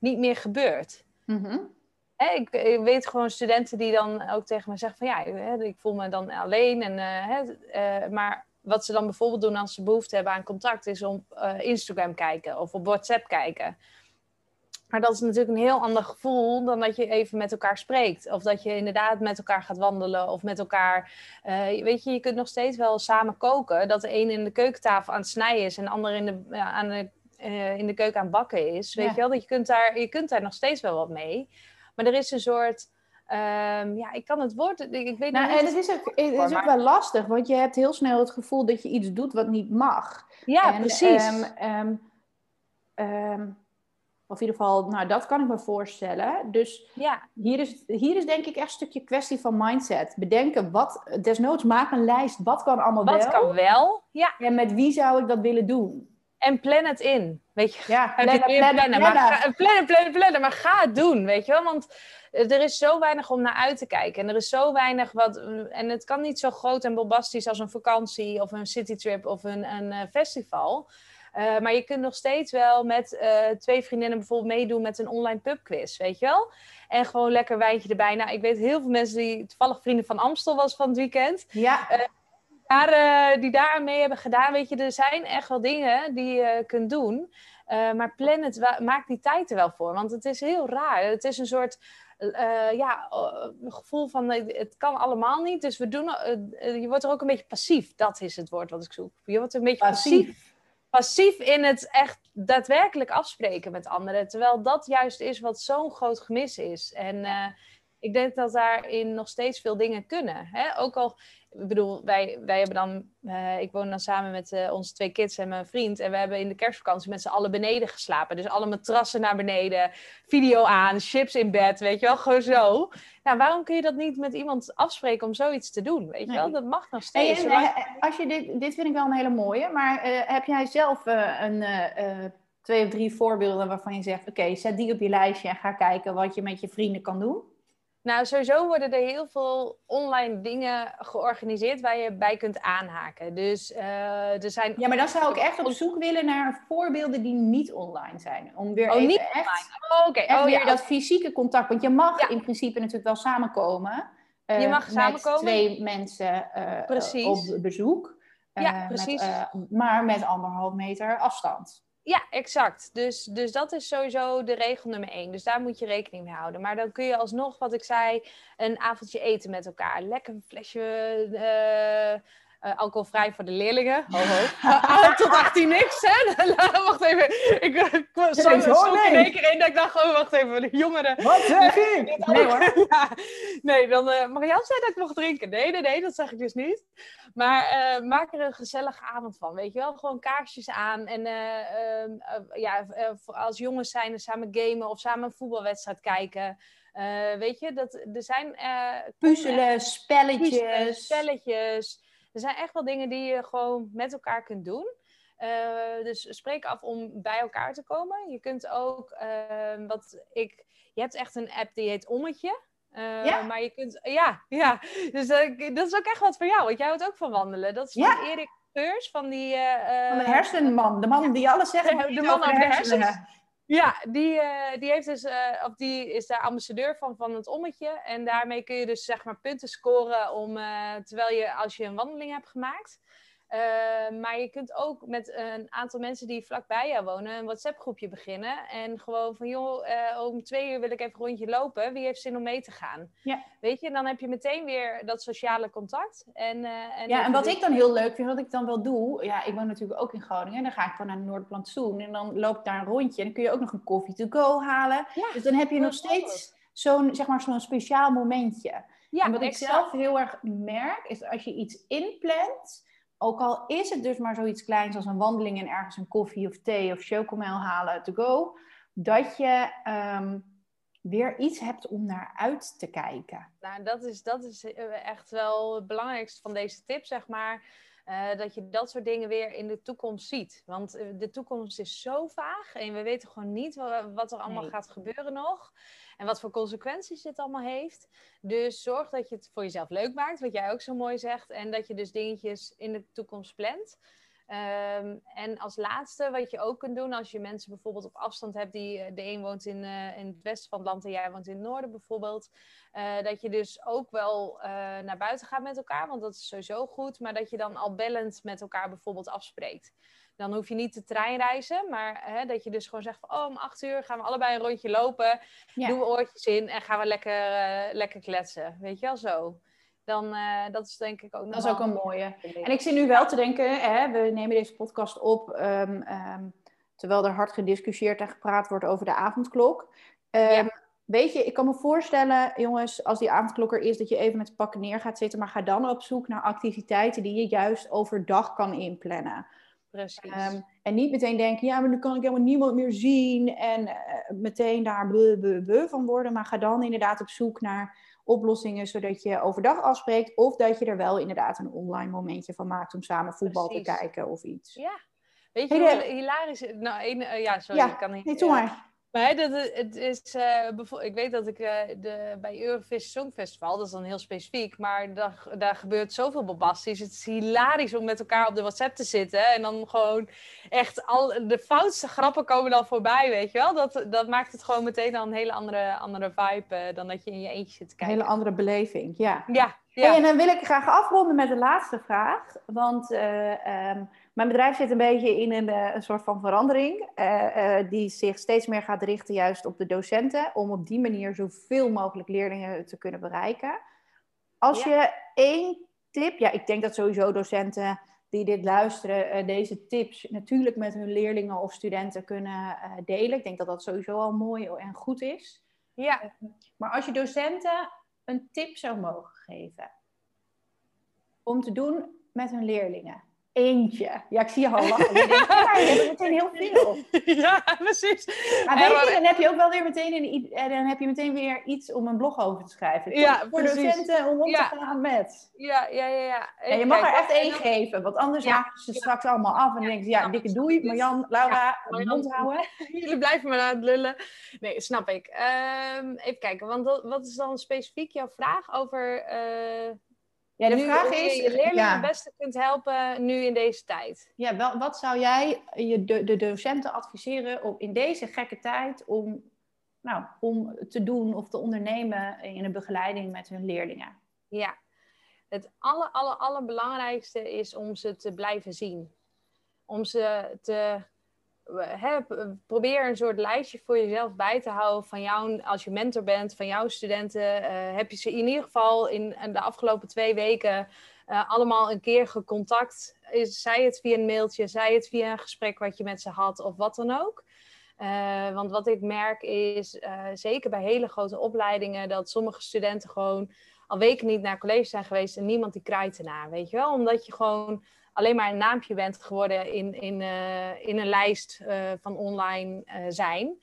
niet meer gebeurt. Mm-hmm. Hè, ik, ik weet gewoon studenten die dan ook tegen me zeggen van ja, ik voel me dan alleen. En, uh, hè, uh, maar wat ze dan bijvoorbeeld doen als ze behoefte hebben aan contact is op uh, Instagram kijken of op WhatsApp kijken. Maar dat is natuurlijk een heel ander gevoel dan dat je even met elkaar spreekt. Of dat je inderdaad met elkaar gaat wandelen of met elkaar... Uh, weet je, je kunt nog steeds wel samen koken. Dat de een in de keukentafel aan het snijden is en de ander in de, uh, aan de, uh, in de keuken aan het bakken is. Weet Ja. je wel, dat je kunt, daar, je kunt daar nog steeds wel wat mee. Maar er is een soort... Um, ja, ik kan het woord... Ik, ik weet nou, niet en het is ook, het is ook wel lastig, want je hebt heel snel het gevoel dat je iets doet wat niet mag. Ja, en, precies. Um, um, um, of in ieder geval, nou, dat kan ik me voorstellen. Dus ja. hier, is, hier is denk ik echt een stukje kwestie van mindset. Bedenken, wat, desnoods maak een lijst, wat kan allemaal wat wel? Wat kan wel, ja. En met wie zou ik dat willen doen? En plan het in, weet je. Ja, plannen, plannen, plannen, plannen. Maar ga, plannen, plannen, plannen. Maar ga het doen, weet je wel. Want er is zo weinig om naar uit te kijken. En er is zo weinig wat... En het kan niet zo groot en bombastisch als een vakantie of een citytrip of een, een festival. Uh, maar je kunt nog steeds wel met uh, twee vriendinnen bijvoorbeeld meedoen met een online pubquiz, weet je wel? En gewoon lekker wijntje erbij. Nou, ik weet heel veel mensen die toevallig vrienden van Amstel was van het weekend. Ja. Uh, Daar, uh, die daar mee hebben gedaan. Weet je, er zijn echt wel dingen die je kunt doen. Uh, maar plan het, maak die tijd er wel voor. Want het is heel raar. Het is een soort uh, ja, uh, gevoel van het kan allemaal niet. Dus we doen, uh, je wordt er ook een beetje passief. Dat is het woord wat ik zoek. Je wordt een beetje passief. passief. Passief in het echt daadwerkelijk afspreken met anderen. Terwijl dat juist is wat zo'n groot gemis is. En uh, ik denk dat daarin nog steeds veel dingen kunnen. Hè? Ook al... Ik bedoel, wij, wij hebben dan... Uh, ik woon dan samen met uh, onze twee kids en mijn vriend. En we hebben in de kerstvakantie met z'n allen beneden geslapen. Dus alle matrassen naar beneden. Video aan, chips in bed, weet je wel. Gewoon zo. Nou, waarom kun je dat niet met iemand afspreken om zoiets te doen? Weet je wel, dat mag nog steeds. Hey, en, zolang... als je dit, dit vind ik wel een hele mooie. Maar uh, heb jij zelf uh, een... Uh, twee of drie voorbeelden waarvan je zegt... Oké, okay, zet die op je lijstje en ga kijken wat je met je vrienden kan doen? Nou, sowieso worden er heel veel online dingen georganiseerd waar je bij kunt aanhaken. Dus uh, er zijn... Ja, maar dan zou ik echt op zoek willen naar voorbeelden die niet online zijn. Om weer oh, even niet echt, oh, okay. echt oh, weer ja, dat okay. fysieke contact. Want je mag ja. in principe natuurlijk wel samenkomen. Uh, je mag met samenkomen. twee mensen uh, op bezoek. Uh, ja, precies. Met, uh, maar met anderhalf meter afstand. Ja, exact. Dus, dus dat is sowieso de regel nummer één. Dus daar moet je rekening mee houden. Maar dan kun je alsnog, wat ik zei, een avondje eten met elkaar. Lekker een flesje uh, uh, alcoholvrij voor de leerlingen. Ho, ho. uh, tot achttien niks, hè? Wacht even. Ik, ik was zo, zo, zo nee. in één keer in dat ik dacht, oh, wacht even, de jongeren. Wat zeg ik? Nee hoor. Ja. Nee, dan... Uh, Marianne zei dat ik mocht drinken. Nee, nee, nee, dat zeg ik dus niet. Maar uh, maak er een gezellige avond van, weet je wel? Gewoon kaarsjes aan. En uh, uh, uh, ja, uh, als jongens zijn, samen gamen of samen een voetbalwedstrijd kijken. Uh, weet je, dat, er zijn... Uh, puzzelen, spelletjes. Puzzelen, spelletjes. Er zijn echt wel dingen die je gewoon met elkaar kunt doen. Uh, dus spreek af om bij elkaar te komen. Je kunt ook, uh, wat ik... Je hebt echt een app die heet Ommetje. Uh, ja? Maar je kunt... Ja, ja. Dus uh, dat is ook echt wat voor jou. Want jij houdt ook van wandelen. Dat is van ja? Erik Geurs, van die... Uh, van de hersenman. De man die alles zegt. De, de man over de hersens. hersens. Ja, die, uh, die, heeft dus, uh, of die is de ambassadeur van, van het Ommetje. En daarmee kun je dus zeg maar punten scoren om, uh, terwijl je, als je een wandeling hebt gemaakt. Uh, maar je kunt ook met een aantal mensen die vlakbij jou wonen een WhatsApp-groepje beginnen. En gewoon van, joh, uh, om twee uur wil ik even een rondje lopen. Wie heeft zin om mee te gaan? Ja. Weet je, en dan heb je meteen weer dat sociale contact. En, uh, en ja, en wat dus... ik dan heel leuk vind, wat ik dan wel doe. Ja, ik woon natuurlijk ook in Groningen. Dan ga ik gewoon naar Noorderplantsoen. En dan loop ik daar een rondje. En dan kun je ook nog een koffie to go halen. Ja, dus dan heb je nog steeds zo'n, zeg maar, zo'n speciaal momentje. Ja, en wat exact. Ik zelf heel erg merk, is als je iets inplant... Ook al is het dus maar zoiets kleins als een wandeling en ergens een koffie of thee of chocomel halen to go. Dat je um, weer iets hebt om naar uit te kijken. Nou, dat is, dat is echt wel het belangrijkste van deze tip, zeg maar. Uh, dat je dat soort dingen weer in de toekomst ziet. Want uh, de toekomst is zo vaag. En we weten gewoon niet wat, wat er allemaal nee. gaat gebeuren nog. En wat voor consequenties dit allemaal heeft. Dus zorg dat je het voor jezelf leuk maakt. Wat jij ook zo mooi zegt. En dat je dus dingetjes in de toekomst plant. Um, en als laatste, wat je ook kunt doen, als je mensen bijvoorbeeld op afstand hebt, die de een woont in, uh, in het westen van het land en jij woont in het noorden bijvoorbeeld, uh, dat je dus ook wel uh, naar buiten gaat met elkaar, want dat is sowieso goed, maar dat je dan al bellend met elkaar bijvoorbeeld afspreekt. Dan hoef je niet te treinreizen, maar hè, dat je dus gewoon zegt van, oh, om acht uur gaan we allebei een rondje lopen, ja. doen we oortjes in en gaan we lekker, uh, lekker kletsen, weet je wel, zo. Dan, uh, dat is denk ik ook nog Dat is ook een mooie. En ik zit nu wel te denken, hè, we nemen deze podcast op um, um, terwijl er hard gediscussieerd en gepraat wordt over de avondklok. Um, ja. Weet je, ik kan me voorstellen, jongens, als die avondklok er is, dat je even met de pakken neer gaat zitten, maar ga dan op zoek naar activiteiten die je juist overdag kan inplannen. Precies. Um, en niet meteen denken, ja, maar nu kan ik helemaal niemand meer zien en uh, meteen daar bleh, bleh, bleh van worden, maar ga dan inderdaad op zoek naar oplossingen, zodat je overdag afspreekt of dat je er wel inderdaad een online momentje van maakt om samen voetbal Precies. te kijken of iets. Ja, weet je hey, hoe de... hilarisch... Nou, een, uh, ja, sorry, ja, ik kan niet... Nee, doe uh, maar. Maar dat, het is, uh, ik weet dat ik uh, de, bij Eurovisie Songfestival, dat is dan heel specifiek, maar daar, daar gebeurt zoveel bombastisch. Het is hilarisch om met elkaar op de WhatsApp te zitten en dan gewoon echt al de foutste grappen komen dan voorbij, weet je wel. Dat, dat maakt het gewoon meteen al een hele andere, andere vibe uh, dan dat je in je eentje zit te kijken. Een hele andere beleving, ja. Ja. Ja. Hey, en dan wil ik graag afronden met de laatste vraag, want uh, um, mijn bedrijf zit een beetje in een, uh, een soort van verandering, uh, uh, die zich steeds meer gaat richten juist op de docenten, om op die manier zoveel mogelijk leerlingen te kunnen bereiken. Als ja. je één tip, ja, ik denk dat sowieso docenten die dit luisteren, uh, deze tips natuurlijk met hun leerlingen of studenten kunnen uh, delen. Ik denk dat dat sowieso al mooi en goed is. Ja. Uh, maar als je docenten een tip zou mogen geven om te doen met hun leerlingen. Eentje. Ja, ik zie je al lachen. Je denkt, ja, je hebt meteen heel veel. Ja, precies. Maar weet je, dan heb je ook wel weer meteen, een, dan heb je meteen weer iets om een blog over te schrijven. Ja, voor precies. docenten om om ja. te gaan met. Ja, ja, ja. ja. En je mag er echt één geven, want anders ja. haken ze straks ja. allemaal af en dan denken ze, ja, dikke doei, Marjan, Laura, ja, mond houden. Jullie blijven maar aan het lullen. Nee, snap ik. Um, even kijken, want dat, wat is dan specifiek jouw vraag over... Uh... Ja, de nu, vraag hoe is... je je leerlingen ja. het beste kunt helpen nu in deze tijd. Ja, wel, wat zou jij je de, de docenten adviseren om in deze gekke tijd om, nou, om te doen of te ondernemen in een begeleiding met hun leerlingen? Ja, het aller, aller, allerbelangrijkste is om ze te blijven zien. Om ze te... He, probeer een soort lijstje voor jezelf bij te houden van jou, als je mentor bent, van jouw studenten. Uh, heb je ze in ieder geval in, in de afgelopen twee weken uh, allemaal een keer gecontact. Is, zij het via een mailtje, zij het via een gesprek wat je met ze had of wat dan ook. Uh, want wat ik merk is, uh, zeker bij hele grote opleidingen, dat sommige studenten gewoon al weken niet naar college zijn geweest en niemand die kraait ernaar, weet je wel. Omdat je gewoon alleen maar een naampje bent geworden in, in, uh, in een lijst uh, van online uh, zijn.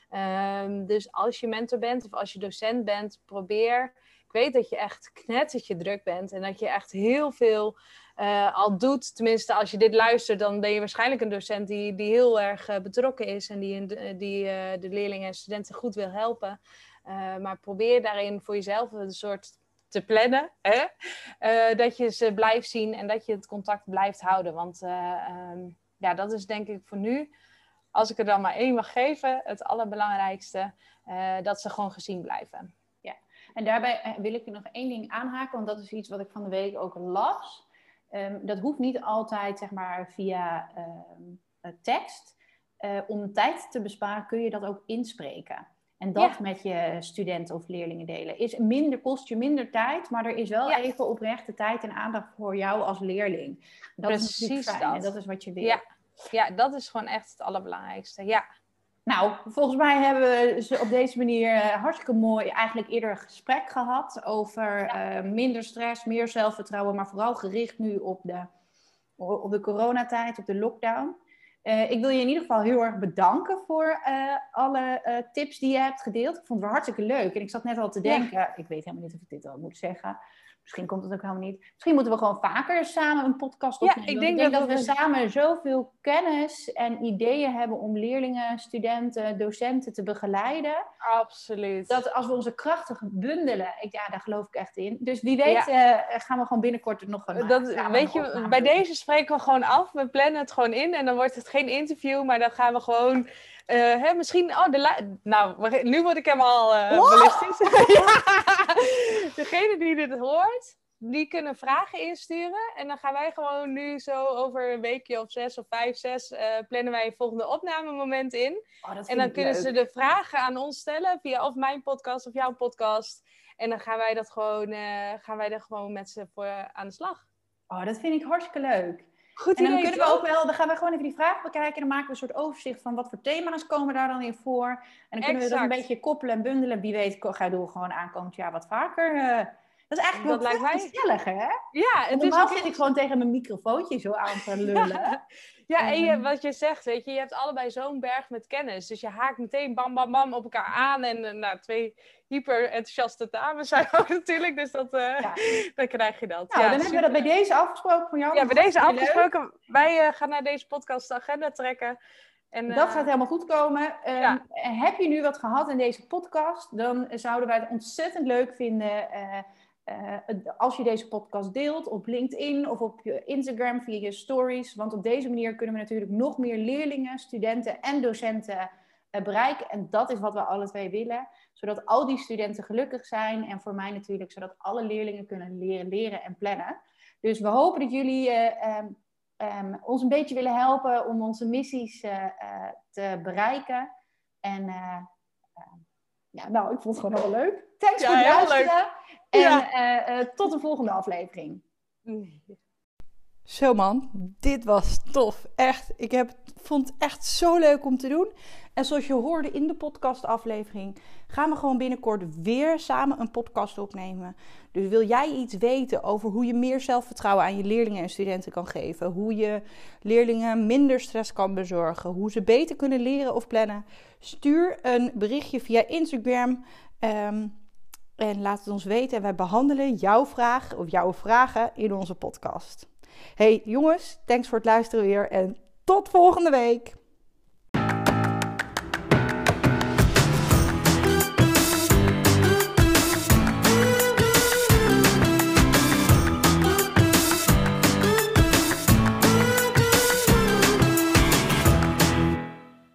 Um, dus als je mentor bent of als je docent bent, probeer... Ik weet dat je echt knettertje druk bent en dat je echt heel veel uh, al doet. Tenminste, als je dit luistert, dan ben je waarschijnlijk een docent die, die heel erg uh, betrokken is en die, die uh, de leerlingen en studenten goed wil helpen. Uh, maar probeer daarin voor jezelf een soort... te plannen, hè? Uh, dat je ze blijft zien en dat je het contact blijft houden. Want uh, um, ja, dat is denk ik voor nu, als ik er dan maar één mag geven, het allerbelangrijkste, uh, dat ze gewoon gezien blijven. Ja, en daarbij wil ik er nog één ding aanhaken, want dat is iets wat ik van de week ook las. Um, dat hoeft niet altijd, zeg maar, via uh, tekst. Uh, om tijd te besparen kun je dat ook inspreken. En dat ja. met je studenten of leerlingen delen. Is minder, kost je minder tijd, maar er is wel ja. even oprechte tijd en aandacht voor jou als leerling. Dat Precies is natuurlijk fijn dat. En dat is wat je wil. Ja. ja, dat is gewoon echt het allerbelangrijkste. Ja. Nou, volgens mij hebben we op deze manier hartstikke mooi eigenlijk eerder een gesprek gehad over ja. uh, minder stress, meer zelfvertrouwen, maar vooral gericht nu op de, op de coronatijd, op de lockdown. Uh, ik wil je in ieder geval heel erg bedanken voor uh, alle uh, tips die je hebt gedeeld. Ik vond het wel hartstikke leuk. En ik zat net al te denken, ja. ik weet helemaal niet of ik dit al moet zeggen. Misschien komt het ook helemaal niet. Misschien moeten we gewoon vaker samen een podcast Ja, opnemen. ik Want denk ik denk dat dat, we we- samen zoveel kennis en ideeën hebben om leerlingen, studenten, docenten te begeleiden. Absoluut. Dat als we onze krachten bundelen, ik, ja, daar geloof ik echt in. Dus wie weet eh, gaan we gewoon binnenkort nog een Dat, samen weet een je, opname bij doen. deze spreken we gewoon af. We plannen het gewoon in en dan wordt het geen interview, maar dan gaan we gewoon. eh, hè, misschien. Oh, de lu- nou, we- nu word ik helemaal eh Wow! ballistisch. Ja. Degene die dit hoort, die kunnen vragen insturen. En dan gaan wij gewoon nu zo over een weekje of zes of vijf, zes eh, plannen wij een volgende opnamemoment in. Oh, dat En vind dan ik kunnen leuk. ze de vragen aan ons stellen via of mijn podcast of jouw podcast. En dan gaan wij dat gewoon, eh, gaan wij er gewoon met ze voor aan de slag. Oh, dat vind ik hartstikke leuk. Goed En dan idee, kunnen we toch? ook wel, dan gaan we gewoon even die vragen bekijken. En dan maken we een soort overzicht van wat voor thema's komen daar dan in voor. En dan kunnen we dat een Exact. beetje koppelen en bundelen. Wie weet, ga doen we gewoon aankomend jaar wat vaker. eh. dat is eigenlijk Dat wel lijkt vet mij- gezellig, hè? Ja, het is Normaal ook zit ik gewoon tegen mijn microfoontje zo aan te lullen. Ja, en je, Ehm. wat je zegt, weet je, je hebt allebei zo'n berg met kennis. Dus je haakt meteen bam, bam, bam op elkaar aan. En eh, nou, twee hyper enthousiaste dames zijn ook natuurlijk. Dus dat, eh, Ja. dan krijg je dat. Nou, ja, dan hebben we dat bij deze afgesproken van jou. Ja, bij deze Hartstikke leuk. afgesproken. Wij eh, gaan naar deze podcast de agenda trekken. En, Dat eh, gaat helemaal goed komen. Ehm, ja. Heb je nu wat gehad in deze podcast? Dan zouden wij het ontzettend leuk vinden eh, eh, als je deze podcast deelt op LinkedIn of op je Instagram via je stories. Want op deze manier kunnen we natuurlijk nog meer leerlingen, studenten en docenten eh, bereiken. En dat is wat we alle twee willen. Zodat al die studenten gelukkig zijn. En voor mij natuurlijk, zodat alle leerlingen kunnen leren, leren en plannen. Dus we hopen dat jullie eh, um, um, ons een beetje willen helpen om onze missies uh, uh, te bereiken. En uh, uh, ja, nou, ik vond het gewoon heel leuk. Thanks Ja, voor het heel luisteren. leuk. En Ja. uh, uh, tot de volgende aflevering. Zo man, dit was tof. Echt, ik heb, vond het echt zo leuk om te doen. En zoals je hoorde in de podcastaflevering, gaan we gewoon binnenkort weer samen een podcast opnemen. Dus wil jij iets weten over hoe je meer zelfvertrouwen aan je leerlingen en studenten kan geven? Hoe je leerlingen minder stress kan bezorgen? Hoe ze beter kunnen leren of plannen? Stuur een berichtje via Instagram um, en laat het ons weten. En wij behandelen jouw vraag of jouw vragen in onze podcast. Hey jongens, thanks voor het luisteren weer en tot volgende week.